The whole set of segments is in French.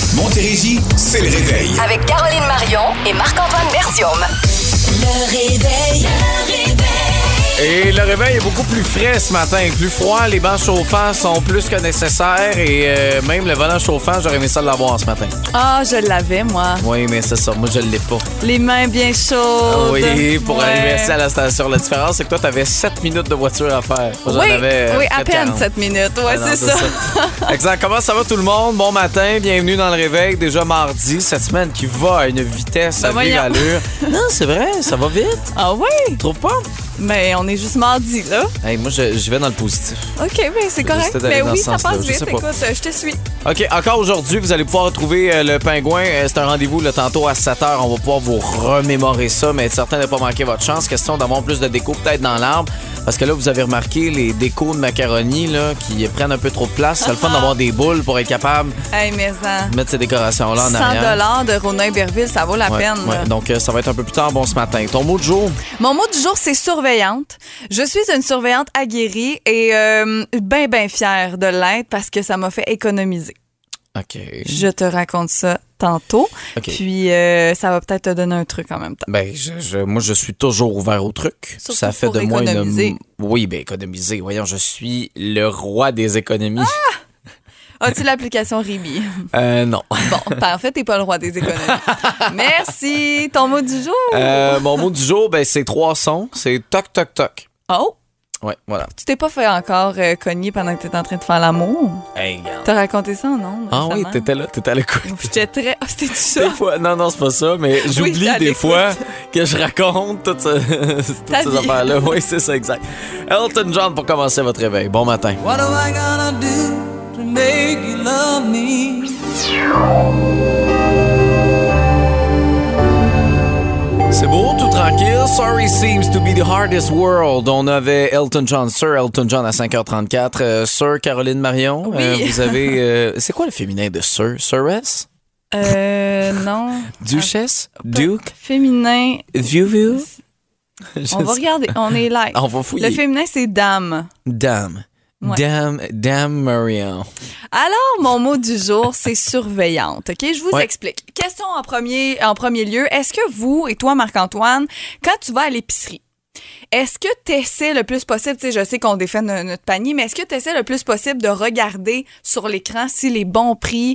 Montérégie, c'est le réveil. Avec Caroline Marion et Marc-Antoine Berthiaume. Le réveil. Et le réveil est beaucoup plus frais ce matin, plus froid, les bancs chauffants sont plus que nécessaires et même le volant chauffant, j'aurais aimé ça l'avoir ce matin. Ah, je l'avais, moi. Oui, mais c'est ça, moi je l'ai pas. Les mains bien chaudes. Oui, pour arriver ici à la station. La différence, c'est que toi, t'avais 7 minutes de voiture à faire. Moi, j'en avais, oui, à peine 40. 7 minutes. Ouais, Non, c'est ça. Exact. Comment ça va tout le monde? Bon matin, bienvenue dans le réveil. Déjà mardi, cette semaine qui va à une vitesse à vive allure. Non, c'est vrai, ça va vite. Ah oui? Tu trouves pas? Mais on est juste mardi, là. Hey, moi, je vais dans le positif. OK, mais c'est correct. Mais oui, ça passe vite. Écoute, je te suis. OK, encore aujourd'hui, vous allez pouvoir retrouver le pingouin. C'est un rendez-vous le tantôt à 7h. On va pouvoir vous remémorer ça, mais être certain de ne pas manquer votre chance. Question d'avoir plus de déco peut-être dans l'arbre. Parce que là, vous avez remarqué les décos de macaroni là, qui prennent un peu trop de place. C'est le fun d'avoir des boules pour être capable de mettre ces décorations-là en arrière. 100 $ de Ronin-Berville, ça vaut la peine. Ouais. Donc, ça va être un peu plus tard bon ce matin. Ton mot du jour? Mon mot du jour, c'est surveillante. Je suis une surveillante aguerrie et bien fière de l'être parce que ça m'a fait économiser. OK. Je te raconte ça tantôt. Okay. Puis, ça va peut-être te donner un truc en même temps. Ben, moi, je suis toujours ouvert au truc. Surtout ça fait pour de moi économiser. Oui, ben économiser. Voyons, je suis le roi des économies. As-tu l'application Ribi? Non. Bon, en fait, t'es pas le roi des économies. Merci. Ton mot du jour? Mon mot du jour, ben, c'est 3 sons. C'est toc, toc, toc. Oh! Ouais, voilà. Tu t'es pas fait encore cogner pendant que t'étais en train de faire l'amour? Hey, regarde. T'as raconté ça, non? Ah oui, récemment? t'étais là, t'étais à l'écoute. J'étais très... Ah, c'était ça? Des fois, non, c'est pas ça, mais j'oublie j'étais à des l'écoute. fois que je raconte toutes ces affaires-là. Oui, c'est ça, exact. Elton John pour commencer votre réveil. Bon matin. What am I gonna do to make you love me? C'est beau, tout tranquille. Sorry seems to be the hardest world. On avait Elton John, Sir Elton John à 5h34. Sir Caroline Marion, Oui. vous avez... c'est quoi le féminin de Sir? Siress? Non. Duchesse? Duke? Féminin. Vieux? On va regarder. On est live. On va fouiller. Le féminin, c'est dame. Dame. Ouais. Dame Marion. Alors, mon mot du jour, c'est surveillante. OK? Je vous explique. Question en premier lieu. Est-ce que vous et toi, Marc-Antoine, quand tu vas à l'épicerie, est-ce que tu essaies le plus possible, tu sais, je sais qu'on défait notre panier, mais est-ce que tu essaies le plus possible de regarder sur l'écran si les bons prix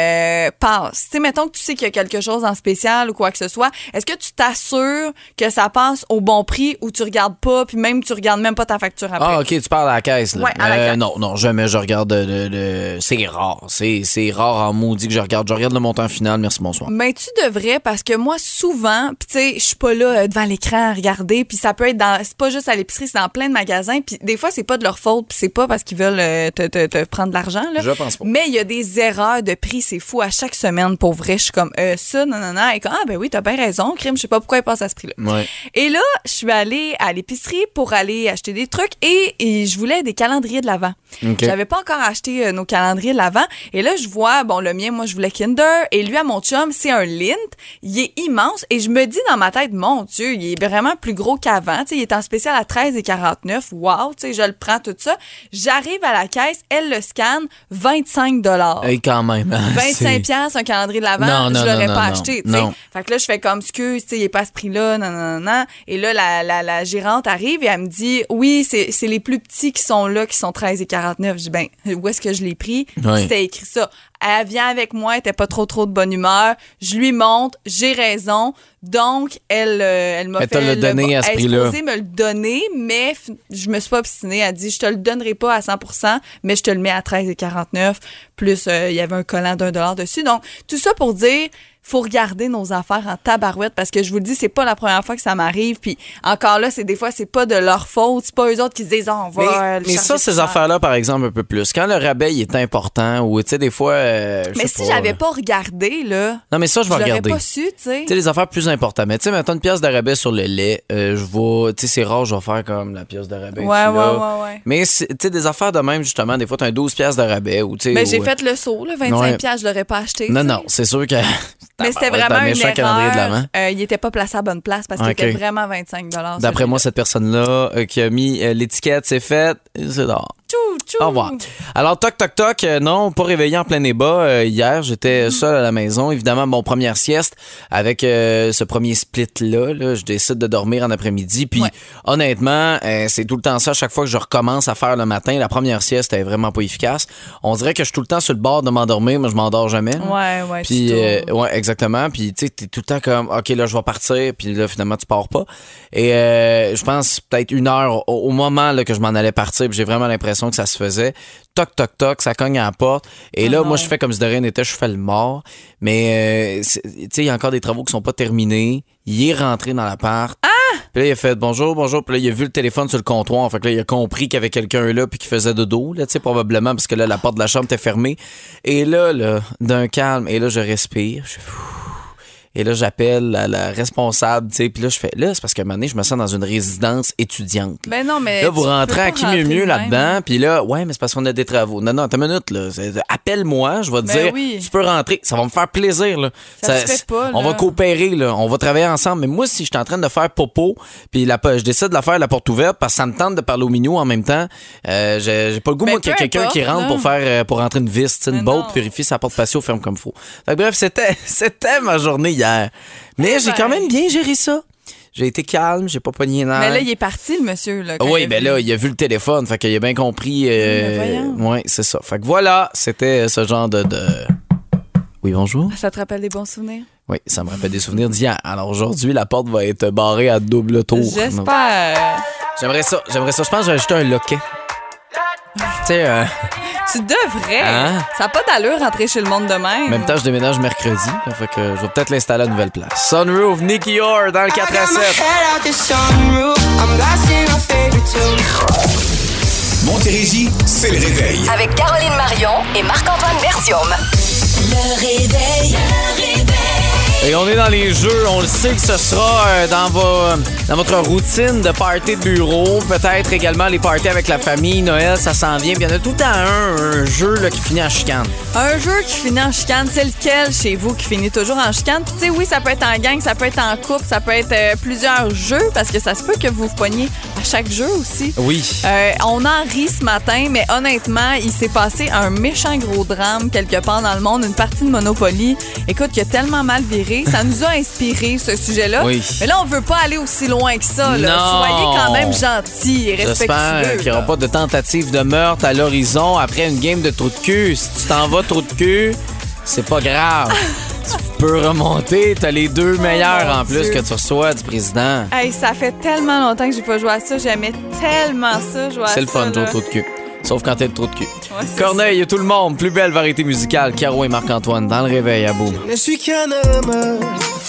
passent? Tu sais, mettons que tu sais qu'il y a quelque chose en spécial ou quoi que ce soit, est-ce que tu t'assures que ça passe au bon prix ou tu regardes pas, puis même tu regardes même pas ta facture après? Ah, OK, tu parles à la caisse, là. Ouais, à la caisse. Non, jamais je regarde c'est rare. C'est rare en maudit que je regarde. Je regarde le montant final, merci, bonsoir. Mais tu devrais, parce que moi, souvent, puis tu sais, je suis pas là devant l'écran à regarder, puis ça peut être c'est pas juste à l'épicerie, c'est dans plein de magasins, puis des fois, c'est pas de leur faute, puis c'est pas parce qu'ils veulent te prendre de l'argent, là. Je pense pas. Mais il y a des erreurs de prix, c'est fou, à chaque semaine, pour vrai, je suis comme, ça, non, et comme, ah, ben oui, t'as bien raison, crime, je sais pas pourquoi ils passent à ce prix-là. Ouais. Et là, je suis allée à l'épicerie pour aller acheter des trucs et je voulais des calendriers de l'Avent. OK. J'avais pas encore acheté nos calendriers de l'Avent. Et là, je vois, bon, le mien, moi, je voulais Kinder. Et lui, à mon chum, c'est un Lindt. Il est immense. Et je me dis dans ma tête, mon Dieu, il est vraiment plus gros qu'avant. Tu sais, il est en spécial à 13,49. Wow, tu sais, je le prends, tout ça. J'arrive à la caisse, elle le scanne, 25 $. Hey, quand même. 25 $, un calendrier de l'Avent, Non, je l'aurais non, pas non, acheté. tu non. sais. Fait que là, je fais comme, excuse, tu sais, il est pas à ce prix-là, non. Et là, la gérante arrive et elle me dit, oui, c'est les plus petits qui sont là, qui sont 13,49. Je dis, ben, où est-ce que je l'ai pris? Oui. C'était écrit ça. Elle vient avec moi, elle était pas trop de bonne humeur. Je lui montre, j'ai raison. Donc, elle m'a fait... Elle te l'a donné à ce prix-là. Elle est supposée me le donner, mais je me suis pas obstinée. Elle dit, je te le donnerai pas à 100%, mais je te le mets à 13,49. Plus, il y avait un collant d'$1 dessus. Donc, tout ça pour dire... Faut regarder nos affaires en tabarouette parce que je vous le dis, c'est pas la première fois que ça m'arrive. Puis encore là, des fois, c'est pas de leur faute. C'est pas eux autres qui se disent, on va. Mais ça, ces affaires-là, par exemple, un peu plus. Quand le rabais il est important ou, tu sais, des fois. Mais si j'avais pas regardé, là. Non, mais ça, je vais regarder. J'aurais pas su, tu sais. Tu sais, les affaires plus importantes. Mais tu sais, mettons une pièce de rabais sur le lait. Je vais. Tu sais, c'est rare, je vais faire comme la pièce de rabais. Ouais. Mais, tu sais, des affaires de même, justement, des fois, tu as un 12 pièces de rabais. Ou, tu sais, Mais j'ai fait le saut, là, 25$, je l'aurais pas acheté. Non, c'est sûr que. Mais c'était Ouais, vraiment t'as un une méchant calendrier de l'Avent. erreur. Il n'était pas placé à bonne place parce qu'il Ok. était vraiment 25 D'après moi, cette personne-là qui a mis l'étiquette, c'est fait, c'est dehors. Au revoir. Alors, toc, toc, toc, non, pas réveillé en plein débat. Hier, j'étais seul à la maison. Évidemment, mon première sieste avec ce premier split-là. Là, je décide de dormir en après-midi. Puis, honnêtement, c'est tout le temps ça. Chaque fois que je recommence à faire le matin, la première sieste est vraiment pas efficace. On dirait que je suis tout le temps sur le bord de m'endormir, mais je m'endors jamais. Ouais. Puis, ouais, exactement. Puis, tu sais, t'es tout le temps comme, OK, là, je vais partir. Puis là, finalement, tu pars pas. Et je pense peut-être 1 heure au moment là, que je m'en allais partir. Puis j'ai vraiment l'impression que ça se faisait. Toc, toc, toc, ça cogne à la porte. Et là, moi, je fais comme si de rien n'était, je fais le mort. Mais, tu sais, il y a encore des travaux qui sont pas terminés. Il est rentré dans l'appart. Puis là, il a fait bonjour. Puis là, il a vu le téléphone sur le comptoir. Fait que là, il a compris qu'il y avait quelqu'un là puis qu'il faisait dodo, là, tu sais, probablement, parce que là, la porte de la chambre était fermée. Et là, d'un calme, et là, je respire. Je fais et là, j'appelle la responsable, tu sais, puis là, je fais, là, c'est parce qu'à un moment donné, je me sens dans une résidence étudiante. Ben non, mais. Là, vous tu peux rentrez pas à qui rentrer mieux de là-dedans, même. puis là, ouais, mais c'est parce qu'on a des travaux. Non, attends une minute, là. Appelle-moi, je vais te Ben dire, oui. tu peux rentrer. Ça va me faire plaisir, là. Ça se fait pas, On là. va coopérer, là. On va travailler ensemble. Mais moi, si je suis en train de faire popo, puis je décide de la faire la porte ouverte parce que ça me tente de parler au minou en même temps, j'ai pas le goût, Ben, moi, qu'il y ait peu quelqu'un qui importe, rentre là. pour rentrer une vis, tu sais, une Mais botte, non. vérifier sa porte patio ferme comme il faut. Fait que bref, c'était ma journée hier. Mais j'ai quand même bien géré ça. J'ai été calme, j'ai pas pogné l'air. Mais là, il est parti, le monsieur. Là, quand Oui, il a ben vu. là, il a vu le téléphone, fait qu'il a bien compris. voyons. Oui, c'est ça. Fait que voilà, c'était ce genre de... Oui, bonjour. Ça te rappelle des bons souvenirs? Oui, ça me rappelle des souvenirs d'hier. Alors aujourd'hui, la porte va être barrée à double tour. J'espère. J'aimerais ça. Je pense que je vais ajouter un loquet. Tu sais, Tu devrais. Hein? Ça n'a pas d'allure rentrer chez le monde de même. en même temps, je déménage mercredi. Là, fait que je vais peut-être l'installer à une nouvelle place. Sunroof, Nicky Orr dans le 4 à 7. Montérégie, c'est le réveil. Avec Caroline Marion et Marc-Antoine Berthiaume. Le réveil. Et on est dans les jeux. On le sait que ce sera dans votre routine de party de bureau. Peut-être également les parties avec la famille. Noël, ça s'en vient. Puis il y en a tout le temps un jeu là, qui finit en chicane. Un jeu qui finit en chicane, c'est lequel chez vous qui finit toujours en chicane? Puis tu sais, oui, ça peut être en gang, ça peut être en couple, ça peut être plusieurs jeux, parce que ça se peut que vous vous poigniez à chaque jeu aussi. Oui. On en rit ce matin, mais honnêtement, il s'est passé un méchant gros drame quelque part dans le monde, une partie de Monopoly. Écoute, qui a tellement mal viré. Ça nous a inspiré, ce sujet-là. Oui. Mais là, on veut pas aller aussi loin que ça. Là. Non. Soyez quand même gentils et respectueux. J'espère qu'il n'y aura là. pas de tentative de meurtre à l'horizon après une game de trou de cul. Si tu t'en vas trou de cul, c'est pas grave. Tu peux remonter. T'as les 2 meilleurs mon en plus Dieu. que tu reçois du président. Hey, ça fait tellement longtemps que j'ai pas joué à ça. J'aimais tellement ça, jouer à ça. C'est le fun, jouer au là. trou de cul. Sauf quand t'es le trou de cul. Ouais, c'est Corneille et tout le monde, plus belle variété musicale. Caro et Marc-Antoine dans le réveil à boum. Je suis qu'un homme.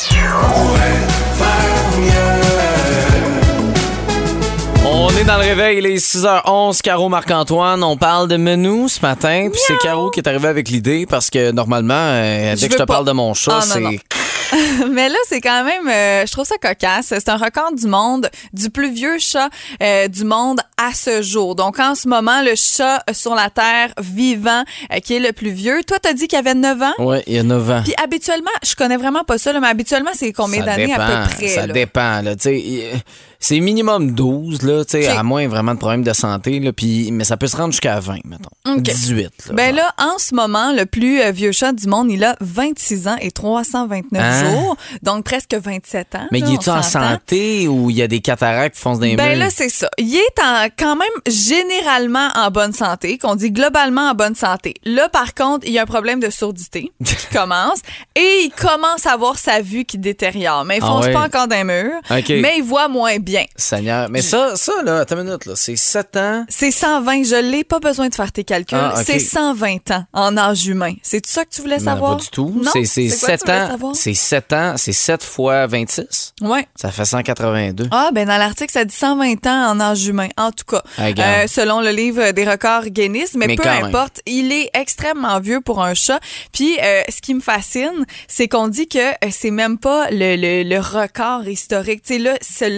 On est dans le réveil, il est 6h11, Caro, Marc-Antoine. On parle de menu ce matin, puis c'est Caro qui est arrivée avec l'idée parce que normalement, dès que je veux te pas. parle de mon chat, Ah, non, non. Mais là, c'est quand même, je trouve ça cocasse. C'est un record du monde, du plus vieux chat du monde à ce jour. Donc, en ce moment, le chat sur la Terre vivant qui est le plus vieux. Toi, t'as dit qu'il avait 9 ans? Oui, il y a 9 ans. Puis habituellement, je connais vraiment pas ça, là, mais habituellement, c'est combien d'années à peu près? Ça là? dépend, là. Tu sais, c'est minimum 12, là, tu sais, Ok. à moins vraiment de problèmes de santé, là. Puis, mais ça peut se rendre jusqu'à 20, mettons. Ok. 18, là. Ben là, en ce moment, le plus vieux chat du monde, il a 26 ans et 329 Hein? jours. Donc, presque 27 ans. Mais là, il on est-tu en s'entend. santé ou il y a des cataractes qui foncent dans les Ben murs? là, c'est ça. Il est quand même généralement en bonne santé, qu'on dit globalement en bonne santé. Là, par contre, il y a un problème de surdité qui commence et il commence à avoir sa vue qui détériore. Mais il Ah fonce ouais? pas encore d'un mur, OK. mais il voit moins bien. Seigneur. Mais ça, là, attends une minute, là. C'est 7 ans. C'est 120, je l'ai pas besoin de faire tes calculs. Ah, OK. C'est 120 ans en âge humain. C'est ça que tu voulais Non, savoir? pas du tout. Non? C'est quoi que 7 tu voulais ans. savoir? C'est 7 ans. C'est 7 fois 26. Ouais. Ça fait 182. Ah, ben dans l'article, ça dit 120 ans en âge humain, en tout cas. Ah, regarde. Selon le livre des records Guinness, mais peu quand même. importe, il est extrêmement vieux pour un chat. Puis, ce qui me fascine, c'est qu'on dit que c'est même pas le record historique. Tu sais, là, ce l'est en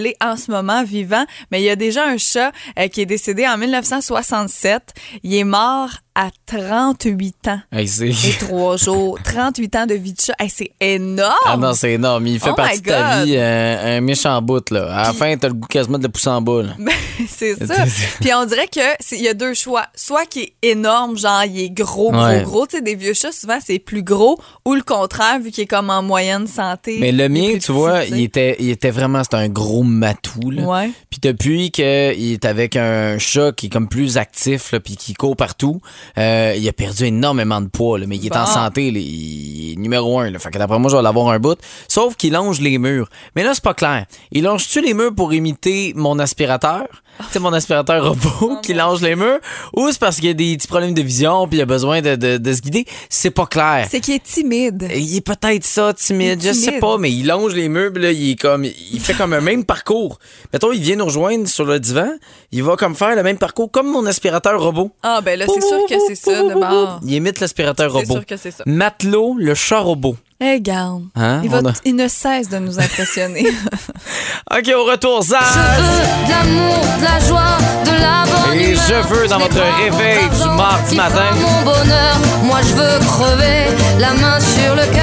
ce moment vivant, mais il y a déjà un chat qui est décédé en 1967. Il est mort à 38 ans Hey, et 3 jours. 38 ans de vie de chat. Hey, c'est énorme! Ah non, c'est énorme. Il fait Oh partie my de ta God. vie, un méchant bout. Là. À la fin, t'as le goût quasiment de le pousser en bas. Là. C'est ça. Puis on dirait il y a deux choix. Soit qu'il est énorme, genre il est gros. Tu sais, des vieux chats, souvent, c'est plus gros. Ou le contraire, vu qu'il est comme en moyenne santé. Mais le il est mien, plus tu vois, petit, tu sais. il était vraiment, c'était un gros matou. Là. Ouais. Puis depuis qu'il est avec un chat qui est comme plus actif, là, puis qui court partout, il a perdu énormément de poids, là, mais il est en santé, là, il est numéro 1. Là, fait que d'après moi, je vais l'avoir un bout. Sauf qu'il longe les murs. Mais là, c'est pas clair. Il longe-tu les murs pour imiter mon aspirateur? Tu sais, mon aspirateur robot qui longe les murs? Ou c'est parce qu'il y a des petits problèmes de vision puis il a besoin de se guider? C'est pas clair. C'est qu'il est timide. Il est peut-être ça, timide, je sais pas, mais il longe les murs, là, il fait comme un même parcours. Mettons, il vient nous rejoindre sur le divan, il va comme faire le même parcours comme mon aspirateur robot. Ah, ben là, c'est sûr que c'est ça, de bord. Il imite l'aspirateur robot. C'est sûr que c'est ça. Matelot, le chat robot. Hey, garde. Hein? Il ne cesse de nous impressionner. OK, au retour, Zaz! Je veux de l'amour, de la joie, de la bonne Et humeur. je veux dans votre n'ai pas réveil du d'argent mardi qui matin. fera mon bonheur, moi je veux crever la main sur le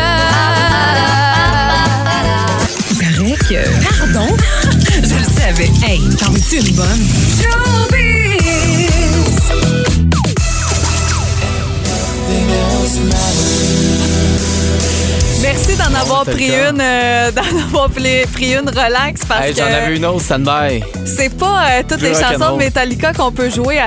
cœur. Pardon? Je le savais. Hey, t'en veux-tu une bonne? Merci d'en avoir t'as le pris temps. pris une relax parce Hey, que j'en avais une autre, stand-by. c'est pas toutes Plus les chansons rock'n'roll. de Metallica qu'on peut jouer à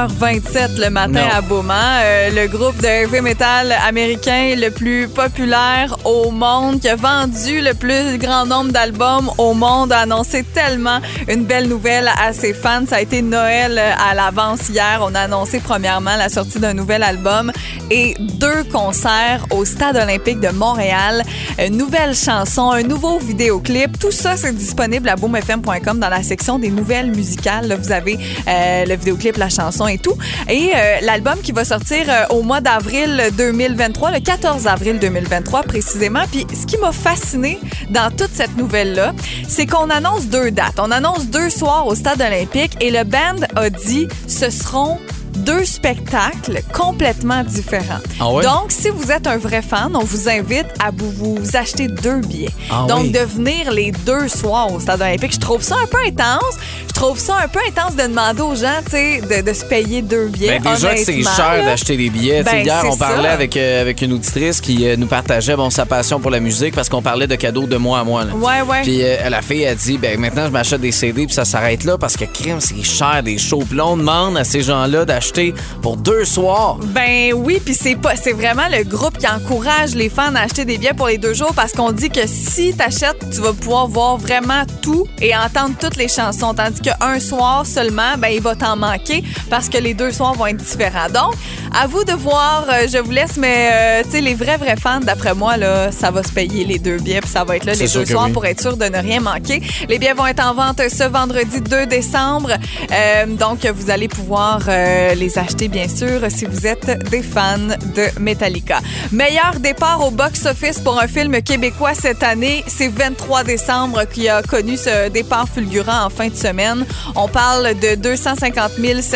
6h27 le matin Non. à Beaumont. Le groupe de heavy metal américain le plus populaire au monde, qui a vendu le plus grand nombre d'albums au monde, a annoncé tellement une belle nouvelle à ses fans. Ça a été Noël à l'avance hier. On a annoncé premièrement la sortie d'un nouvel album et 2 concerts au Stade olympique de Montréal. Une nouvelle chanson, un nouveau vidéoclip. Tout ça, c'est disponible à boomfm.com dans la section des nouvelles musicales. Là, vous avez le vidéoclip, la chanson et tout. Et l'album qui va sortir au mois d'avril 2023, le 14 avril 2023 précisément. Puis ce qui m'a fasciné dans toute cette nouvelle-là, c'est qu'on annonce 2 dates. On annonce 2 soirs au Stade olympique et le band a dit ce seront 2 spectacles complètement différents. Ah ouais? Donc, si vous êtes un vrai fan, on vous invite à vous acheter 2 billets. Ah Donc, oui. de venir les 2 soirs au Stade olympique, je trouve ça un peu intense. Je trouve ça un peu intense de demander aux gens, tu sais, de se payer 2 billets. Ben déjà que c'est honnêtement, cher là. d'acheter des billets. Tu sais, Ben, hier, c'est on parlait ça. avec une auditrice qui nous partageait sa passion pour la musique parce qu'on parlait de cadeaux de mois à mois. Là. Ouais. Puis la fille a dit, ben maintenant je m'achète des CD puis ça s'arrête là parce que crime, c'est cher des shows. Puis là, on demande à ces gens-là d'acheter pour 2 soirs. Ben oui, puis c'est vraiment le groupe qui encourage les fans à acheter des billets pour les 2 jours parce qu'on dit que si t'achètes, tu vas pouvoir voir vraiment tout et entendre toutes les chansons. Tandis qu'un soir seulement, ben il va t'en manquer parce que les 2 soirs vont être différents. Donc, à vous de voir, je vous laisse, mais tu sais, les vrais fans, d'après moi, là, ça va se payer les 2 billets puis ça va être là C'est les sûr 2 que soirs oui. pour être sûr de ne rien manquer. Les billets vont être en vente ce vendredi 2 décembre. Donc, vous allez pouvoir les acheter, bien sûr, si vous êtes des fans de Metallica. Meilleur départ au box-office pour un film québécois cette année, c'est 23 décembre qui a connu ce départ fulgurant en fin de semaine. On parle de 250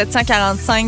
745...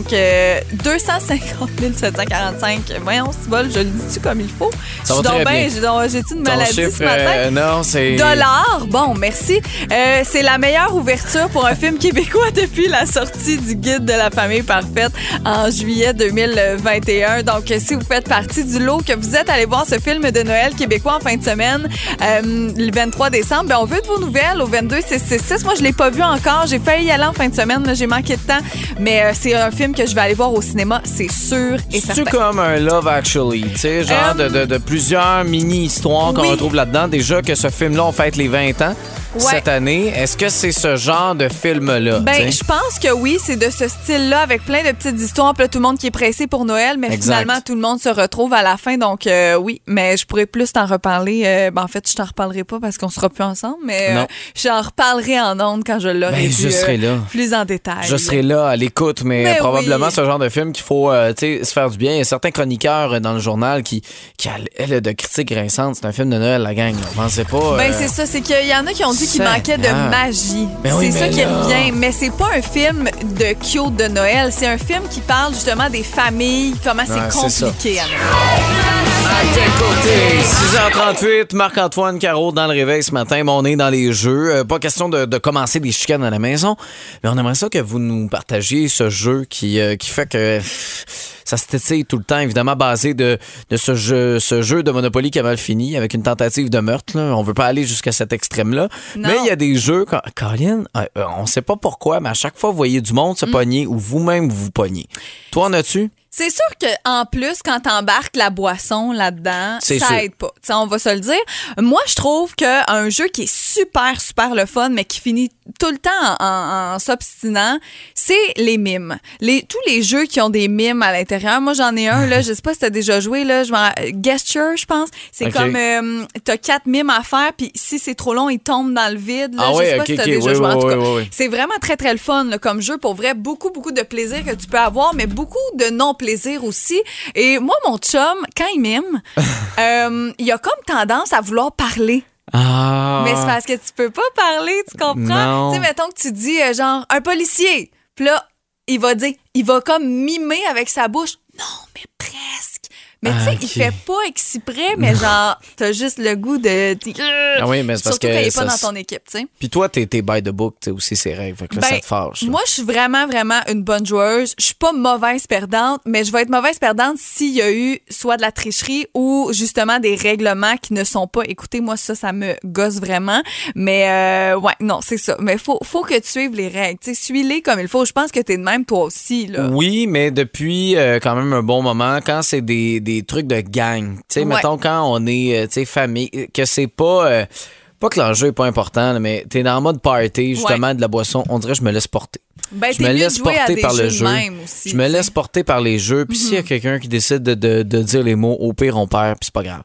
250 745... Voyons, c'est bol, je le dis-tu comme il faut? Ça Je va suis très donc bien. J'ai-tu une Ton maladie chiffre, ce matin? non, c'est... Dollars. Bon, merci. C'est la meilleure ouverture pour un film québécois depuis la sortie du Guide de la famille parfaite en juillet 2021. Donc, si vous faites partie du lot que vous êtes allé voir ce film de Noël québécois en fin de semaine, le 23 décembre, ben, on veut de vos nouvelles au 22666. Moi, je l'ai pas vu encore. J'ai failli y aller en fin de semaine. Là, j'ai manqué de temps. Mais c'est un film que je vais aller voir au cinéma, c'est sûr et certain. C'est-tu comme un Love Actually, tu sais, genre de plusieurs mini-histoires qu'on oui. retrouve là-dedans. Déjà que ce film-là, on fête les 20 ans cette année. Est-ce que c'est ce genre de film-là? Ben, t'sais? je pense que oui, c'est de ce style-là, avec plein de petites histoires, puis là, tout le monde qui est pressé pour Noël, mais Exact. finalement, tout le monde se retrouve à la fin. Donc, oui, mais je pourrais plus t'en reparler. En fait, je t'en reparlerai pas parce qu'on sera plus ensemble, mais Non. j'en reparlerai en ondes quand je l'aurai Ben, vu je serai là. plus en détail. Je serai là à l'écoute, mais Ben probablement oui. ce genre de film qu'il faut tu sais, se faire du bien. Il y a certains chroniqueurs dans le journal qui allaient de critiques grinçantes. C'est un film de Noël, la gang. Là. Pensez pas. Ben, c'est ça, c'est qu'il y en a qui ont dit qu'il manquait de magie. C'est ça qui revient. Mais c'est pas un film de cute de Noël. C'est un film qui parle justement des familles, comment c'est compliqué à Noël. 6h38, Marc-Antoine Caro dans le réveil ce matin. On est dans les jeux. Pas question de commencer des chicanes à la maison, mais on aimerait ça que vous nous partagiez ce jeu qui fait que ça se tétille tout le temps, évidemment basé de ce jeu de Monopoly qui a mal fini avec une tentative de meurtre. Là. On veut pas aller jusqu'à cet extrême-là. Non. Mais il y a des jeux, Caroline, on sait pas pourquoi, mais à chaque fois, vous voyez du monde se pogner ou vous-même vous pognez. Toi, en as-tu? C'est sûr qu'en plus, quand t'embarques la boisson là-dedans, ça aide pas. T'sais, on va se le dire. Moi, je trouve qu'un jeu qui est super, super le fun, mais qui finit tout le temps en s'obstinant, c'est les mimes. Tous les jeux qui ont des mimes à l'intérieur. Moi, j'en ai un, là, je sais pas si t'as déjà joué, là, Gesture, je pense. C'est comme, t'as 4 mimes à faire, puis si c'est trop long, ils tombent dans le vide. Là. Je sais pas si t'as déjà joué. En tout cas, c'est vraiment très, très le fun là, comme jeu. Pour vrai, beaucoup, beaucoup de plaisir que tu peux avoir, mais beaucoup de non-plaisir aussi. Et moi, mon chum, quand il mime, il a comme tendance à vouloir parler. Mais c'est parce que tu peux pas parler, tu comprends? Tu sais, mettons que tu dis genre un policier. Puis là, il va comme mimer avec sa bouche. Non, mais presque. Mais tu sais, il fait pas exprès, mais genre, t'as juste le goût de... oui, mais c'est parce surtout quand il est pas dans ton équipe, tu sais. Puis toi, t'es by the book, t'as aussi ses règles, fait que là, ça te fâche. Moi, je suis vraiment, vraiment une bonne joueuse. Je suis pas mauvaise perdante, mais je vais être mauvaise perdante s'il y a eu soit de la tricherie ou justement des règlements qui ne sont pas écoutés. Moi, ça me gosse vraiment. Mais non, c'est ça. Mais faut que tu suives les règles. Tu sais, suis-les comme il faut. Je pense que t'es de même, toi aussi, là. Oui, mais depuis quand même un bon moment, quand c'est des trucs de gang. Tu sais, mettons, quand on est, famille, que c'est pas... pas que l'enjeu est pas important, là, mais t'es dans le mode party, justement, de la boisson. On dirait que je me laisse porter. Je me laisse porter par le jeu. Aussi, je me laisse porter par les jeux. Puis s'il y a quelqu'un qui décide de dire les mots, au pire, on perd, puis c'est pas grave.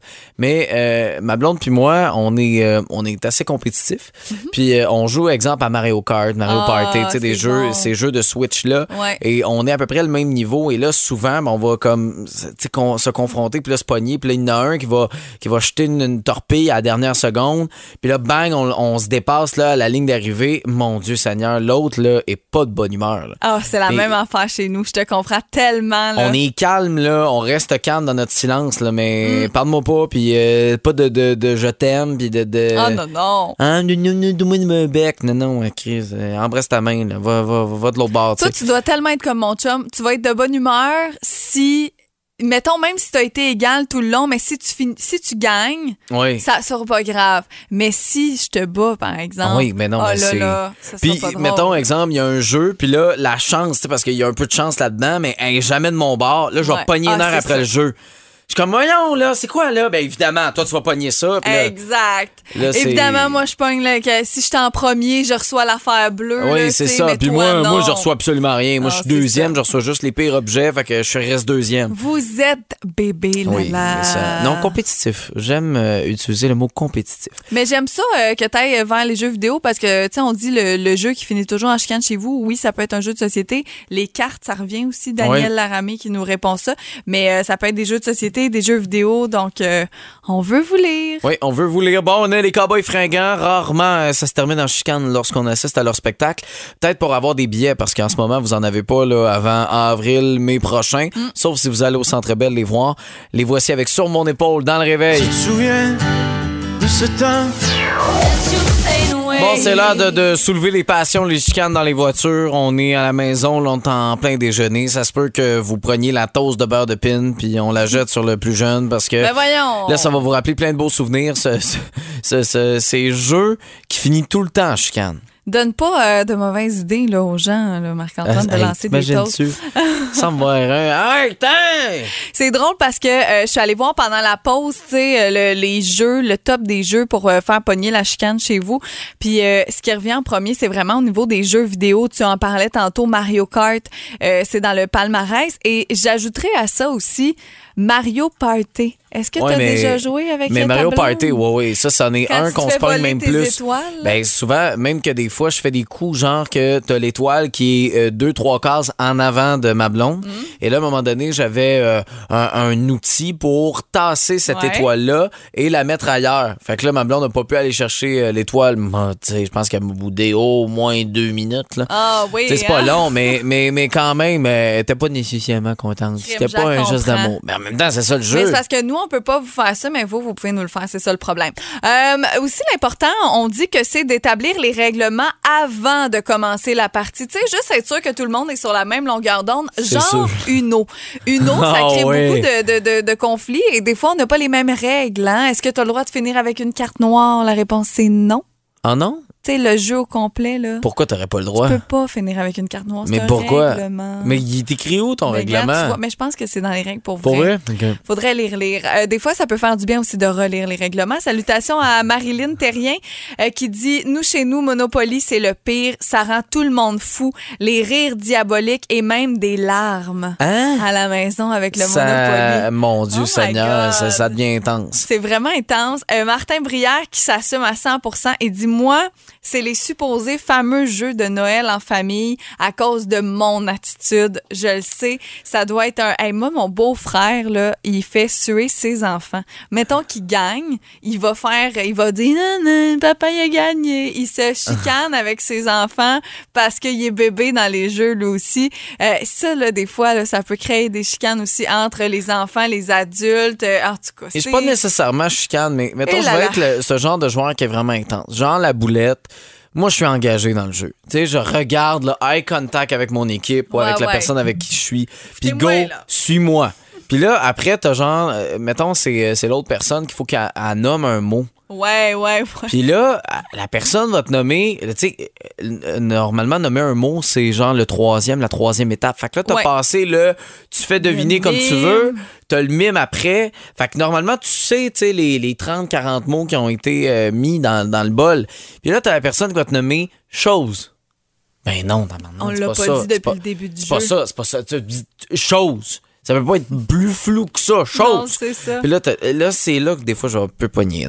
Mais ma blonde puis moi, on est assez compétitifs. Puis on joue, exemple, à Mario Kart, Mario Party, tu sais, des jeux, ces jeux de Switch-là. Ouais. Et on est à peu près le même niveau. Et là, souvent, on va comme se confronter, puis là, se pogner. Puis là, il y en a un qui va jeter une torpille à la dernière seconde. Puis là, bang, on se dépasse là, à la ligne d'arrivée. Mon Dieu Seigneur, l'autre, là, est pas de bonne humeur. C'est la même affaire chez nous. Je te comprends tellement. Là. On est calme, là. On reste calme dans notre silence, là. Mais parle-moi pas, puis pas de je t'aime, puis de... Ah non. Hein, donne-moi un bec. Non, Chris, embrasse ta main, là. Va de l'autre bord. Toi, tu dois tellement être comme mon chum. Tu vas être de bonne humeur si... Mettons, même si tu as été égal tout le long, mais si tu gagnes, ça sera pas grave. Mais si je te bats, par exemple, mais non, ça sera pas drôle. Mettons, exemple, il y a un jeu, puis là, la chance, parce qu'il y a un peu de chance là-dedans, mais elle est jamais de mon bord. Là, je vais pogner une heure après le jeu. Je suis comme, voyons, là, c'est quoi, là? Ben, évidemment, toi, tu vas pogner ça. Là, exact. Là, évidemment, moi, je pogne, là, que si je suis en premier, je reçois l'affaire bleue. Oui, c'est ça. Puis moi, je reçois absolument rien. Moi, je suis deuxième, je reçois juste les pires objets, fait que je reste deuxième. Vous êtes bébé, là. Oui, ça. Non, compétitif. J'aime utiliser le mot compétitif. Mais j'aime ça que tu ailles vers les jeux vidéo parce que, tu sais, on dit le jeu qui finit toujours en chicane chez vous. Oui, ça peut être un jeu de société. Les cartes, ça revient aussi. Daniel Laramé qui nous répond ça. Mais ça peut être des jeux de société, des jeux vidéo, donc on veut vous lire. Oui, on veut vous lire. Bon, on est les Cowboys fringants. Rarement, ça se termine en chicane lorsqu'on assiste à leur spectacle. Peut-être pour avoir des billets, parce qu'en ce moment, vous en avez pas là, avant avril, mai prochain. Sauf si vous allez au Centre Bell les voir. Les voici avec Sur mon épaule dans le réveil. Tu te souviens de ce temps? Bon, c'est l'heure de soulever les passions, les chicanes dans les voitures. On est à la maison, là, on est en plein déjeuner. Ça se peut que vous preniez la toast de beurre de pin puis on la jette sur le plus jeune parce que voyons. Là, ça va vous rappeler plein de beaux souvenirs. Ces jeux qui finissent tout le temps en chicane. Donne pas de mauvaises idées là, aux gens, là, Marc-Antoine, de lancer des toasts. Ça me va Hey, c'est drôle parce que je suis allée voir pendant la pause, tu sais, les jeux, le top des jeux pour faire pogner la chicane chez vous. Puis ce qui revient en premier, c'est vraiment au niveau des jeux vidéo. Tu en parlais tantôt, Mario Kart, c'est dans le palmarès. Et j'ajouterais à ça aussi Mario Party. Est-ce que tu as déjà joué avec Mario Party, oui, ça en est un qu'on se pogne même plus. Étoiles? Ben souvent, même que des fois, je fais des coups genre que t'as l'étoile qui est 2-3 cases en avant de ma blonde. Et là, à un moment donné, j'avais un outil pour tasser cette étoile-là et la mettre ailleurs. Fait que là, ma blonde n'a pas pu aller chercher l'étoile. Je pense qu'elle m'a boudé au moins 2 minutes. Là. Ah oui. C'est pas long, mais quand même, elle était pas nécessairement contente. C'était pas un geste d'amour. Mais en même temps, c'est ça le jeu. Mais c'est parce que nous, on peut pas vous faire ça, mais vous pouvez nous le faire. C'est ça le problème. Aussi, l'important, on dit que c'est d'établir les règlements avant de commencer la partie. Tu sais, juste être sûr que tout le monde est sur la même longueur d'onde. Genre Uno. Uno, ça crée beaucoup de conflits et des fois, on n'a pas les mêmes règles. Hein? Est-ce que tu as le droit de finir avec une carte noire? La réponse, c'est non. Ah non? Tu sais, le jeu au complet, là. Pourquoi t'aurais pas le droit? Tu peux pas finir avec une carte noire. Mais c'est pourquoi? Un règlement. Mais il est écrit où ton règlement? Mais je pense que c'est dans les règles pour vrai. Pour vrai? Okay. Faudrait les relire. Des fois, ça peut faire du bien aussi de relire les règlements. Salutations à Marilyn Terrien qui dit « Nous, chez nous, Monopoly, c'est le pire. Ça rend tout le monde fou. Les rires diaboliques et même des larmes à la maison avec le Monopoly. » Mon Dieu Seigneur, ça devient intense. C'est vraiment intense. Martin Brière qui s'assume à 100% et dit « Moi, c'est les supposés fameux jeux de Noël en famille à cause de mon attitude. Je le sais, ça doit être un... Hey, moi, mon beau-frère, là, il fait suer ses enfants. Mettons qu'il gagne, il va dire « Non, papa, il a gagné. » Il se chicane avec ses enfants parce qu'il est bébé dans les jeux, lui aussi. Ça, là, des fois, là, ça peut créer des chicanes aussi entre les enfants, les adultes. En tout cas, je suis pas nécessairement chicane, mais mettons, je vais être ce genre de joueur qui est vraiment intense. Genre la boulette. Moi, je suis engagé dans le jeu. Tu sais, je regarde le eye contact avec mon équipe ou avec la personne avec qui je suis. Puis go, suis-moi. Puis là, après, t'as genre, mettons, c'est l'autre personne qu'il faut qu'elle nomme un mot. Ouais. Puis là, la personne va te nommer, tu sais, normalement, nommer un mot, c'est genre la troisième étape. Fait que là, t'as passé tu fais deviner comme tu veux, t'as le mime après. Fait que normalement, tu sais, les 30-40 mots qui ont été mis dans le bol. Puis là, t'as la personne qui va te nommer chose. Ben non, on l'a pas dit depuis le début du jeu. C'est pas ça. Tu dis chose. Ça peut pas être plus flou que ça. Chose. Non, c'est ça. Puis là, c'est là que des fois, je vais un peu pogner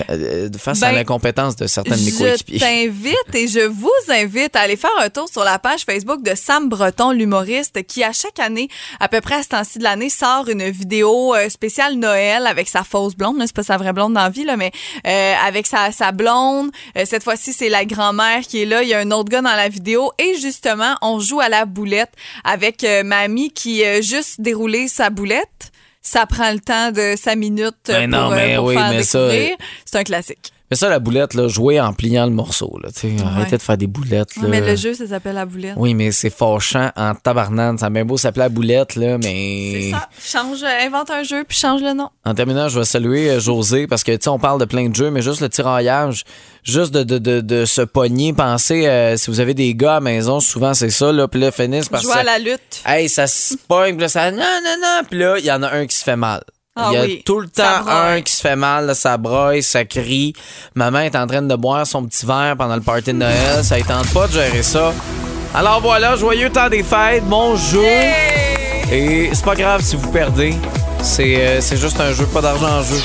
face à l'incompétence de certains de mes coéquipiers. Je t'invite et je vous invite à aller faire un tour sur la page Facebook de Sam Breton, l'humoriste, qui, à chaque année, à peu près à ce temps-ci de l'année, sort une vidéo spéciale Noël avec sa fausse blonde. Là, c'est pas sa vraie blonde dans la vie, là, mais avec sa blonde. Cette fois-ci, c'est la grand-mère qui est là. Il y a un autre gars dans la vidéo. Et justement, on joue à la boulette avec ma amie qui juste déroule sa boulette, ça prend le temps de 5 minutes pour faire découvrir. C'est un classique. Mais ça, la boulette, là, jouer en pliant le morceau. Là, arrêtez de faire des boulettes. Là. Mais le jeu, ça s'appelle la boulette. Oui, mais c'est fâchant en tabarnane. Ça a bien beau s'appeler la boulette, là, mais... C'est ça. Invente un jeu puis change le nom. En terminant, je vais saluer José parce que, tu sais, on parle de plein de jeux, mais juste le tiraillage, juste de se pogner, pensez, si vous avez des gars à la maison, souvent c'est ça, là, puis là, finissent par jouer à la lutte. Hey, ça se pogne, puis là, ça... Non, puis là, il y en a un qui se fait mal. Il y a tout le temps un qui se fait mal, là, ça broye, ça crie. Maman est en train de boire son petit verre pendant le party de Noël. Ça ne tente pas de gérer ça. Alors voilà, joyeux temps des fêtes, bon jeu. Yeah! Et c'est pas grave si vous perdez. C'est juste un jeu, pas d'argent en jeu.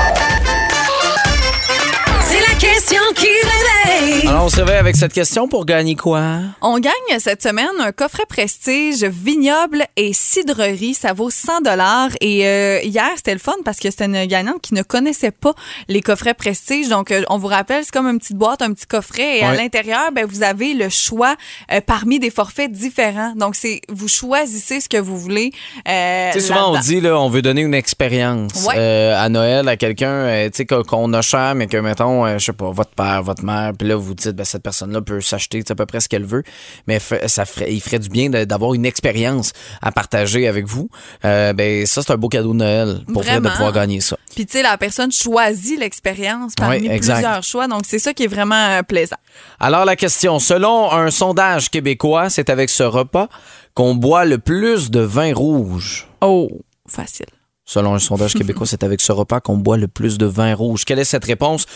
C'est la question qui réveille. Alors, on se réveille avec cette question pour gagner quoi? On gagne cette semaine un coffret prestige vignoble et cidrerie. Ça vaut 100 $. Et hier, c'était le fun parce que c'était une gagnante qui ne connaissait pas les coffrets prestige. Donc, on vous rappelle, c'est comme une petite boîte, un petit coffret. Et à l'intérieur, ben, vous avez le choix parmi des forfaits différents. Donc, vous choisissez ce que vous voulez. Souvent, on dit, là, on veut donner une expérience à Noël à quelqu'un qu'on a cher, mais que, mettons, je sais pas, votre père, votre mère, puis là, vous dites, ben, cette personne-là peut s'acheter à peu près ce qu'elle veut, mais il ferait du bien d'avoir une expérience à partager avec vous. Ben, ça, c'est un beau cadeau de Noël pour vrai de pouvoir gagner ça. Puis, tu sais, la personne choisit l'expérience parmi plusieurs choix, donc c'est ça qui est vraiment plaisant. Alors, la question, selon un sondage québécois, c'est avec ce repas qu'on boit le plus de vin rouge. Oh, facile. Selon un sondage québécois, c'est avec ce repas qu'on boit le plus de vin rouge. Quelle est cette réponse?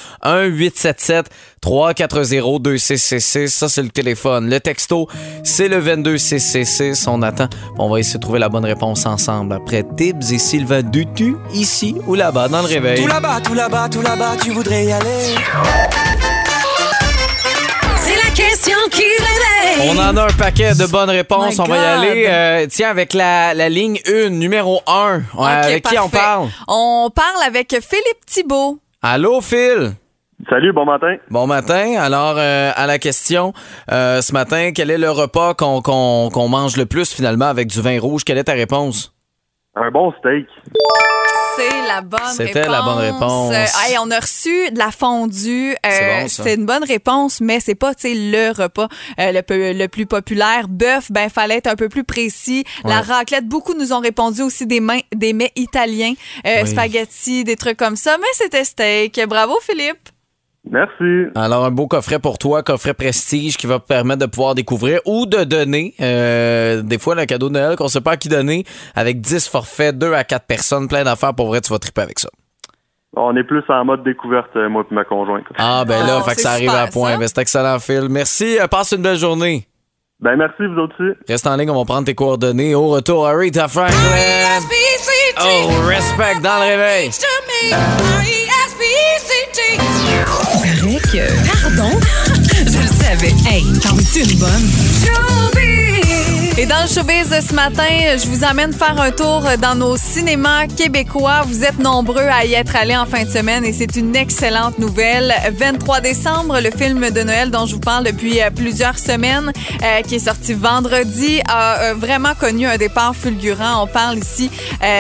1-877-340-2666. Ça, c'est le téléphone. Le texto, c'est le 22666. On attend. On va essayer de trouver la bonne réponse ensemble. Après Tibbs et Sylvain Dutu, ici ou là-bas, dans le réveil. Tout là-bas, tout là-bas, tout là-bas, tu voudrais y aller. C'est la question L'émission qui réveille. On en a un paquet de bonnes réponses. My On va y God. aller. Tiens, avec la ligne 1, numéro 1. OK, Avec qui on parfait. parle? On parle avec Philippe Thibault. Allô, Phil? Salut, bon matin. Bon matin. Alors, à la question, ce matin, quel est le repas qu'on mange le plus finalement avec du vin rouge? Quelle est ta réponse? Un bon steak. C'est la bonne réponse. C'était la bonne réponse. Hey, on a reçu de la fondue. C'est bon, ça. C'est une bonne réponse, mais c'est pas le repas le plus populaire. Bœuf, ben fallait être un peu plus précis. La raclette, beaucoup nous ont répondu aussi des mets italiens, spaghetti, des trucs comme ça, mais c'était steak. Bravo, Philippe. Merci. Alors, un beau coffret pour toi, coffret prestige qui va te permettre de pouvoir découvrir ou de donner, des fois, le cadeau de Noël qu'on ne sait pas à qui donner, avec 10 forfaits, 2 à 4 personnes, plein d'affaires. Pour vrai, tu vas triper avec ça. On est plus en mode découverte, moi et ma conjointe. Ah, ben là, fait que c'est ça arrive super, à point. ça. Ben, c'est excellent, Phil. Merci. Passe une belle journée. Ben merci, vous autres aussi. Reste en ligne, on va prendre tes coordonnées. Au retour, Aretha Franklin. Oh, respect dans le réveil. Paraît que... Pardon? Je le savais. Hey, t'en veux-tu une bonne? Et dans le showbiz de ce matin, je vous emmène faire un tour dans nos cinémas québécois. Vous êtes nombreux à y être allés en fin de semaine et c'est une excellente nouvelle. 23 décembre, le film de Noël dont je vous parle depuis plusieurs semaines, qui est sorti vendredi, a vraiment connu un départ fulgurant. On parle ici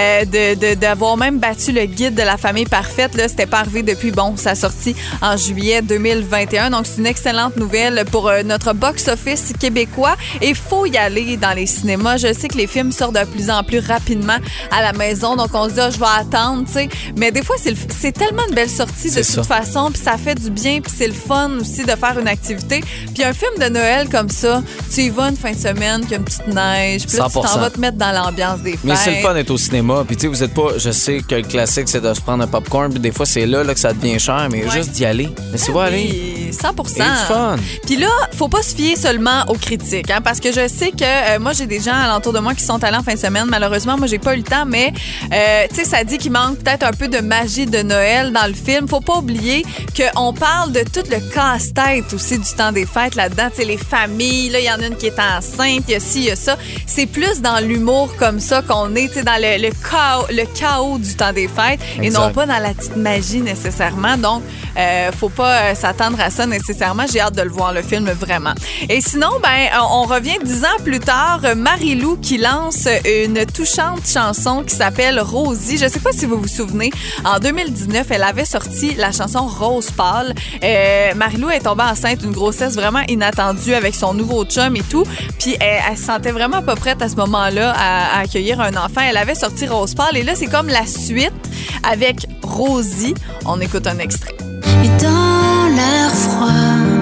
d'avoir même battu le guide de la famille parfaite. Là, c'était pas arrivé depuis sa sortie en juillet 2021. Donc, c'est une excellente nouvelle pour notre box-office québécois. Et faut y aller dans les cinémas. Je sais que les films sortent de plus en plus rapidement à la maison, donc on se dit je vais attendre, tu sais. Mais des fois, c'est tellement une belle sortie de toute façon, puis ça fait du bien, puis c'est le fun aussi de faire une activité. Puis un film de Noël comme ça, tu y vas une fin de semaine, qu'il y a une petite neige, puis là, tu 100%. t'en vas te mettre dans l'ambiance des fêtes. Mais c'est le fun d'être au cinéma. Puis tu sais, vous êtes pas... Je sais que le classique, c'est de se prendre un popcorn. Puis des fois, c'est là que ça devient cher. Mais juste d'y aller. Laissez-vous aller. Oui, 100%. Et du fun. Puis là, faut pas se fier seulement aux critiques, hein, parce que je sais que moi, j'ai des gens alentour de moi qui sont allés en fin de semaine. Malheureusement, moi, j'ai pas eu le temps, mais tu sais, ça dit qu'il manque peut-être un peu de magie de Noël dans le film. Faut pas oublier qu'on parle de tout le casse-tête aussi du temps des fêtes là-dedans. Tu sais, les familles, là, il y en a une qui est enceinte, il y a ci, il y a ça. C'est plus dans l'humour comme ça qu'on est, tu sais, dans le chaos du temps des fêtes et non pas dans la petite magie nécessairement. Donc, faut pas s'attendre à ça nécessairement. J'ai hâte de le voir, le film, vraiment. Et sinon, on revient 10 ans plus tard. Marie-Lou qui lance une touchante chanson qui s'appelle Rosie. Je sais pas si vous vous souvenez, en 2019, elle avait sorti la chanson Rose pâle. Marie-Lou est tombée enceinte d'une grossesse vraiment inattendue avec son nouveau chum et tout. Puis elle se sentait vraiment pas prête à ce moment-là à accueillir un enfant. Elle avait sorti Rose pâle et là, c'est comme la suite avec Rosie. On écoute un extrait. Et dans l'air froid,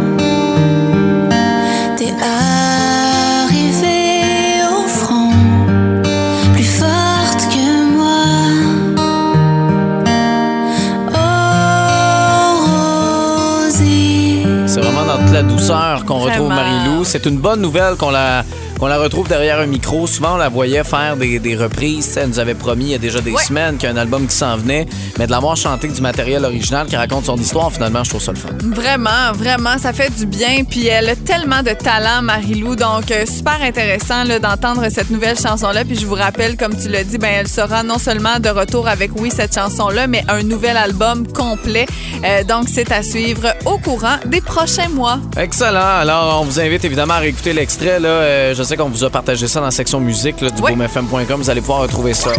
t'es arrivé au front, plus forte que moi. Oh, Rosie. C'est vraiment dans toute la douceur qu'on retrouve Vraiment. Marie-Lou. C'est une bonne nouvelle qu'on la retrouve derrière un micro. Souvent, on la voyait faire des reprises. Elle nous avait promis il y a déjà des semaines qu'il y a un album qui s'en venait. Mais de l'avoir chanté du matériel original qui raconte son histoire, finalement, je trouve ça le fun. Vraiment, vraiment, ça fait du bien. Puis elle a tellement de talent, Marie-Lou. Donc, super intéressant là, d'entendre cette nouvelle chanson-là. Puis je vous rappelle, comme tu l'as dit, elle sera non seulement de retour avec, cette chanson-là, mais un nouvel album complet. Donc, c'est à suivre au courant des prochains mois. Excellent. Alors, on vous invite évidemment à réécouter l'extrait. Là. Je sais qu'on vous a partagé ça dans la section musique là, du boomfm.com. Vous allez pouvoir retrouver ça.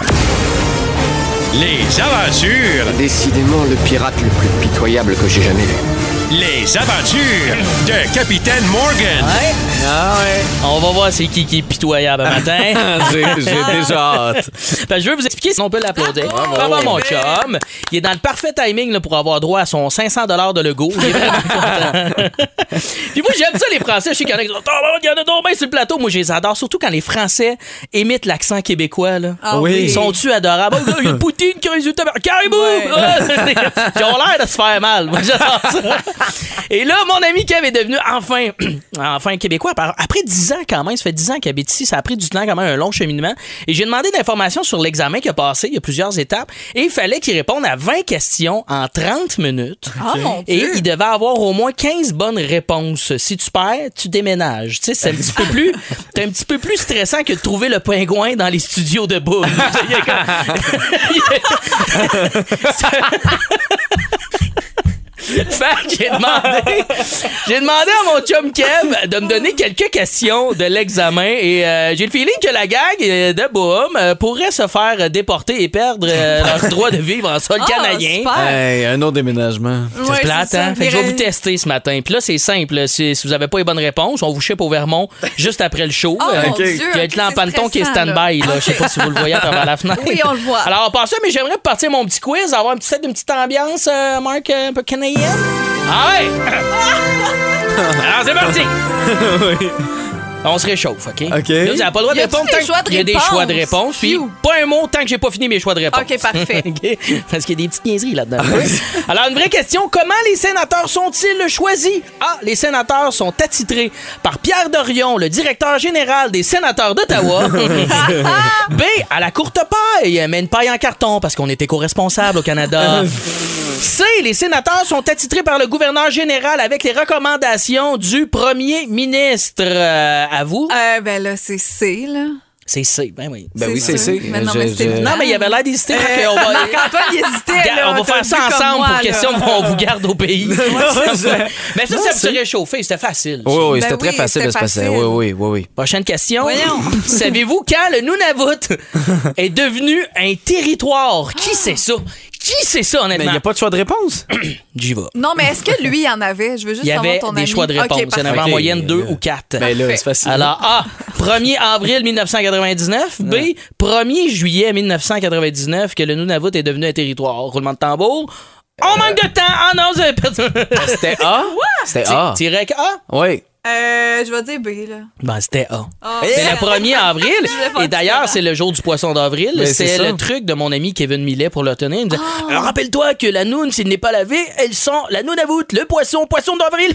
Les aventures, Décidément le pirate le plus pitoyable que j'ai jamais vu. les aventures de Capitaine Morgan. Ah ouais. On va voir c'est qui est pitoyable un matin. J'ai déjà hâte. Ben, je veux vous expliquer si on peut l'applaudir. Bravo, mon chum. Il est dans le parfait timing là, pour avoir droit à son 500 $ de Lego. Il est vraiment content. Puis moi, j'aime ça, les Français. Je sais qu'il y en a qui disent « il y en a donc bien sur le plateau. » Moi, je les adore. Surtout quand les Français imitent l'accent québécois. Là. Ah oui. Ils sont-tu adorables? Il y a une poutine qui résulte à... Caribou! Ouais. Ils ont l'air de se faire mal. Moi, j'adore ça. Et là, mon ami Kev est devenu enfin québécois. Après 10 ans quand même, ça fait 10 ans qu'il habite ici, ça a pris du temps quand même, un long cheminement. Et j'ai demandé d'informations sur l'examen qu'il a passé, il y a plusieurs étapes, et il fallait qu'il réponde à 20 questions en 30 minutes. Et il devait avoir au moins 15 bonnes réponses. Si tu perds, tu déménages. Tu sais, c'est un petit peu plus stressant que de trouver le pingouin dans les studios de Boom. Fait que j'ai demandé à mon chum Kev de me donner quelques questions de l'examen et j'ai le feeling que la gang de Boom pourrait se faire déporter et perdre leur droit de vivre en sol canadien. Hey, un autre déménagement. C'est plate, hein? Fait que je vais vous tester ce matin. Puis là, c'est simple. Si vous n'avez pas les bonnes réponses, on vous ship au Vermont juste après le show. Mon Dieu, il y a un clan Panton qui est stand-by. Je sais pas si vous le voyez à travers la fenêtre. Oui, on le voit. Alors, on passe ça, mais j'aimerais partir mon petit quiz, avoir une petite ambiance, Marc, un peu canadienne. Ah ouais! Alors, c'est parti! Oui. On se réchauffe, OK? OK. Là, vous n'avez pas le droit de répondre tant qu'il y a des choix de réponse. Puis, pas un mot tant que j'ai pas fini mes choix de réponse. OK, parfait. OK? Parce qu'il y a des petites niaiseries là-dedans. Alors, une vraie question. Comment les sénateurs sont-ils choisis? A. Les sénateurs sont attitrés par Pierre Dorion, le directeur général des sénateurs d'Ottawa. B. À la courte paille, mais une paille en carton parce qu'on est éco-responsable au Canada. C. Les sénateurs sont attitrés par le gouverneur général avec les recommandations du premier ministre. À vous? Ben là, c'est C, là. C'est C, ben oui. Ben oui, c'est C. Mais non, mais il y avait l'air d'hésiter. Marc-Antoine, il hésitait. On va faire ça ensemble moi, pour question qu'on vous garde au pays. Mais ça me serait réchauffé. C'était facile. Oui, c'était très facile de se passer. Oui. Prochaine question. Voyons. Savez-vous quand le Nunavut est devenu un territoire? Qui c'est ça? Qui c'est ça, honnêtement? Mais il n'y a pas de choix de réponse. J'y vais. Non, mais est-ce que lui, il en avait? Je veux juste savoir ton Il y avait des ami. choix de réponse. Okay, il y en avait en moyenne 2 ou 4. Ben là, c'est facile. Alors, A, 1er avril 1999. B, 1er juillet 1999 que le Nunavut est devenu un territoire. Roulement de tambour. On manque de temps. Ah non, vous avez perdu. C'était A? C'était A. Tirec A? Oui. Je vais dire B, là. Ben, c'était A. Oh, c'est le 1er avril. Et d'ailleurs, c'est le jour du poisson d'avril. Ben, c'est le truc de mon ami Kevin Millet pour l'obtenir. Il me dit, alors, rappelle-toi que la noune, s'il n'est pas lavé, elle sent la Nunavut, le poisson d'avril.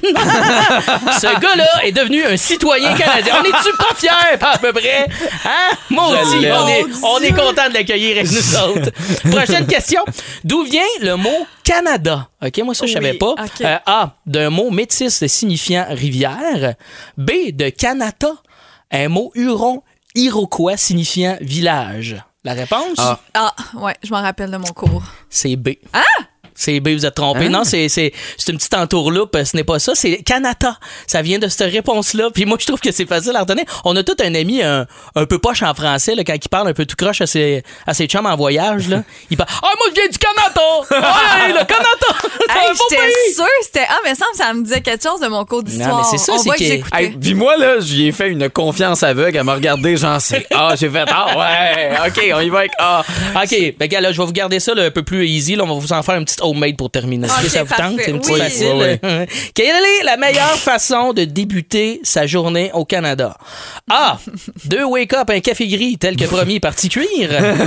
Ce gars-là est devenu un citoyen canadien. On est-tu pas fiers, à peu près? Hein? Maudit, on est content de l'accueillir avec nous autres. Prochaine question. D'où vient le mot Canada? OK, moi, ça, je savais pas. Okay. A, d'un mot métis signifiant rivière. B, de Kanata, un mot huron iroquois signifiant village. La réponse? Ouais, je m'en rappelle de mon cours. C'est B. Ah! C'est B, vous êtes trompé. Non, c'est une petite entourloupe. Ce n'est pas ça. C'est Kanata. Ça vient de cette réponse-là. Puis moi, je trouve que c'est facile à retenir. On a tout un ami un peu poche en français, là, quand il parle un peu tout croche à ses chums en voyage. Là. Il parle « Ah, moi, je viens du Canada! Hey, le Canada! J'étais sûre que c'était mais ça me disait quelque chose de mon cours d'histoire. Non, mais c'est ça, on voit que j'écoutais. Hey, puis moi, là, j'y ai fait une confiance aveugle. Elle m'a regardé, genre, c'est A. J'ai fait ouais, OK, on y va avec A. OK, ben, gars, là, je vais vous garder ça là, un peu plus easy. Là, on va vous en faire une petite homemade pour terminer. Est-ce que ça vous tente? C'est une petite facile. Oui. Quelle est la meilleure façon de débuter sa journée au Canada? A. 2 wake-up, un café gris tel que promis parti cuire.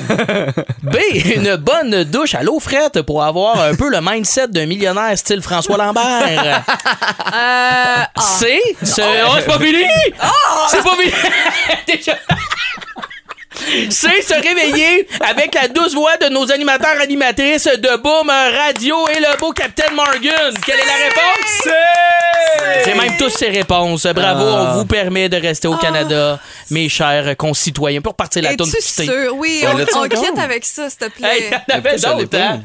B. Une bonne douche à l'eau frette pour avoir un peu le mindset d'un millionnaire style François Lambert. C. C'est pas fini! C'est pas fini! Déjà... C'est se réveiller avec la douce voix de nos animateurs-animatrices de Boom Radio et le beau Capitaine Morgan. Quelle est la réponse? C'est même tous ces réponses. Bravo, on vous permet de rester au Canada, mes chers concitoyens, pour partir la tourne Es-tu sûr? Oui, on quitte avec ça, s'il te plaît. Hey, il y en avait d'autres, hein?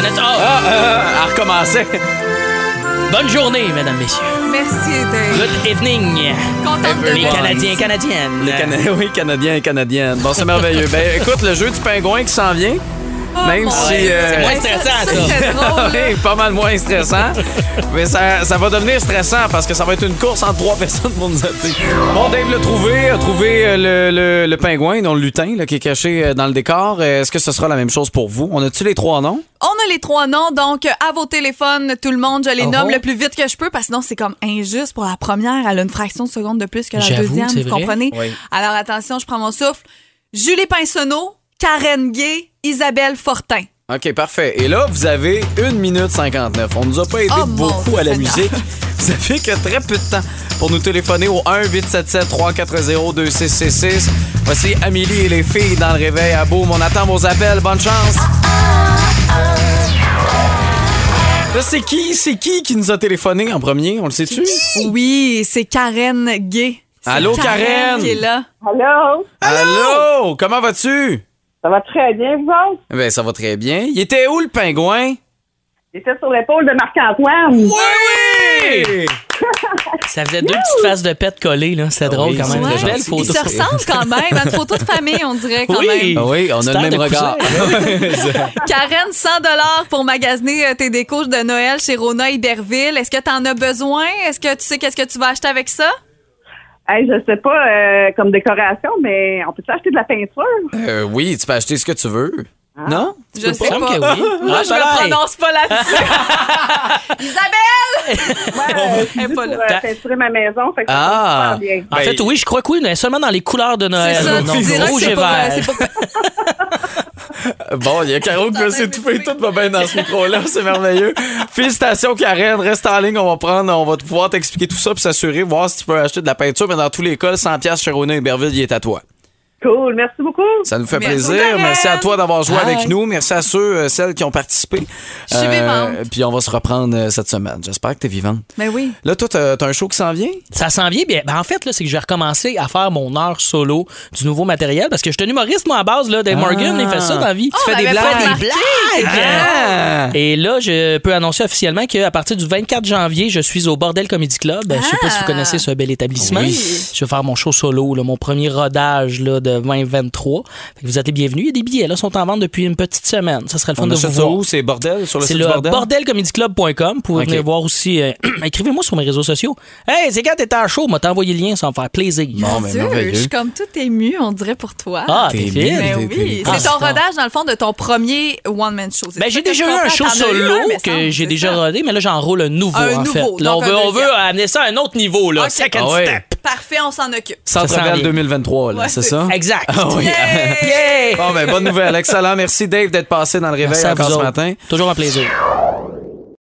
À recommencer. Bonne journée, mesdames, messieurs. Merci, Dave. Good evening. Contente de les Canadiens et Canadiennes. Oui, Canadiens et Canadiennes. Bon, c'est merveilleux. Ben, écoute, le jeu du pingouin qui s'en vient. Même si. C'est moins stressant, ça. C'est drôle. Oui, pas mal moins stressant. Mais ça va devenir stressant parce que ça va être une course entre 3 personnes pour nous appeler. Bon, Dave l'a trouvé. A trouvé le pingouin, dont le lutin, là, qui est caché dans le décor. Est-ce que ce sera la même chose pour vous? On a-tu les 3 noms? On a les 3 noms, donc à vos téléphones, tout le monde, je les nomme le plus vite que je peux parce que sinon c'est comme injuste pour la première. Elle a une fraction de seconde de plus que la deuxième, vous comprenez? Oui. Alors attention, je prends mon souffle. Julie Pinsonneau, Karen Gay, Isabelle Fortin. OK, parfait. Et là, vous avez 1 minute 59. On nous a pas aidé beaucoup à la musique. Vous avez que très peu de temps pour nous téléphoner au 1-877-340-2666. Voici Amélie et les filles dans le réveil à Boom. On attend vos appels. Bonne chance. Là, c'est qui nous a téléphoné en premier? On le sait-tu? Oui, c'est Karen Gay. Allô, Karen? Qui est là. Allô? Allô? Comment vas-tu? Ça va très bien, vous autres? Ben, ça va très bien. Il était où, le pingouin? Il était sur l'épaule de Marc-Antoine. Oui! Ça faisait 2 petites faces de pète collées, là. C'est drôle quand même. Ouais. Belle photo. Ils se ressemblent quand même. À une photo de famille, on dirait quand Oui. même. Ah oui, on a le même regard. Karen, 100 $ pour magasiner tes découches de Noël chez Rona Iberville. Est-ce que tu en as besoin? Est-ce que tu sais qu'est-ce que tu vas acheter avec ça? Hey, je sais pas comme décoration, mais on peut acheter de la peinture? Oui, tu peux acheter ce que tu veux. Non? Je sais pas. Que oui. Moi, je me prononce pas là-dessus. Isabelle! Ouais, je suis pas pour là. peinturer ma maison, fait que ça Ah! va bien. En fait, oui, je crois que oui, mais seulement dans les couleurs de Noël. C'est ça, Non, tu diras que rouge c'est et pas... vert. c'est pas- Bon, il y a Caro qui va s'étouffer, tout va bien dans ce micro-là, c'est merveilleux. Félicitations, Karen, reste en ligne, on va pouvoir t'expliquer tout ça puis s'assurer, voir si tu peux acheter de la peinture, mais dans tous les cas, le 100$ chez Rona Iberville, il est à toi. Cool, merci beaucoup. Ça nous fait Merci, plaisir. Karen. Merci à toi d'avoir joué Bye. avec nous. Merci à celles qui ont participé. Je suis vivante. Puis on va se reprendre cette semaine. J'espère que t'es vivante. Ben oui. Là, toi, t'as un show qui s'en vient? Ça s'en vient bien. Ben, en fait, là, c'est que je vais recommencer à faire mon heure solo du nouveau matériel parce que je suis un humoriste, moi, à base. Là, Dave Morgan, il fait ça dans la vie. Oh, on avait pas remarqué. Ah! Et là, je peux annoncer officiellement qu'à partir du 24 janvier, je suis au Bordel Comedy Club. Je sais pas si vous connaissez ce bel établissement. Oui. Je vais faire mon show solo, là, mon premier rodage là, de 2023. Fait que vous êtes les bienvenus. Il y a des billets là, sont en vente depuis une petite semaine. Ça serait le fun On de vous achète ça voir. où? C'est Bordel? Sur le C'est site le du Bordel? bordelcomedyclub.com. Vous pouvez Ok. venir voir aussi. Écrivez-moi sur mes réseaux sociaux. Hey, c'est quand t'étais en show, m'a t'envoyé le lien, ça va me faire plaisir. Bon, Mon ben, Dieu, merveilleux. je suis comme tout émue, on dirait pour toi. Ah, T'es t'es bien. fine. Ben oui, Ah, c'est ton c'est rodage dans le fond de ton premier one-man show. C'est Ben, ça j'ai que déjà je eu un comprends. show T'en as eu solo un, mais que semble, j'ai c'est déjà ça. rodé, mais là, j'enroule un nouveau, Un en nouveau, fait. Là, donc on un veut amener ça à un autre niveau, là. Ok. Second Ah ouais. step. Parfait, on s'en occupe. Centre Ça sent Bell bien. 2023, là, Ouais, c'est c'est ça? Exact. Ah oui. Yeah! Bon, ben, bonne nouvelle. Excellent. Merci, Dave, d'être passé dans le réveil Merci à encore vous ce autres. matin. Toujours un plaisir.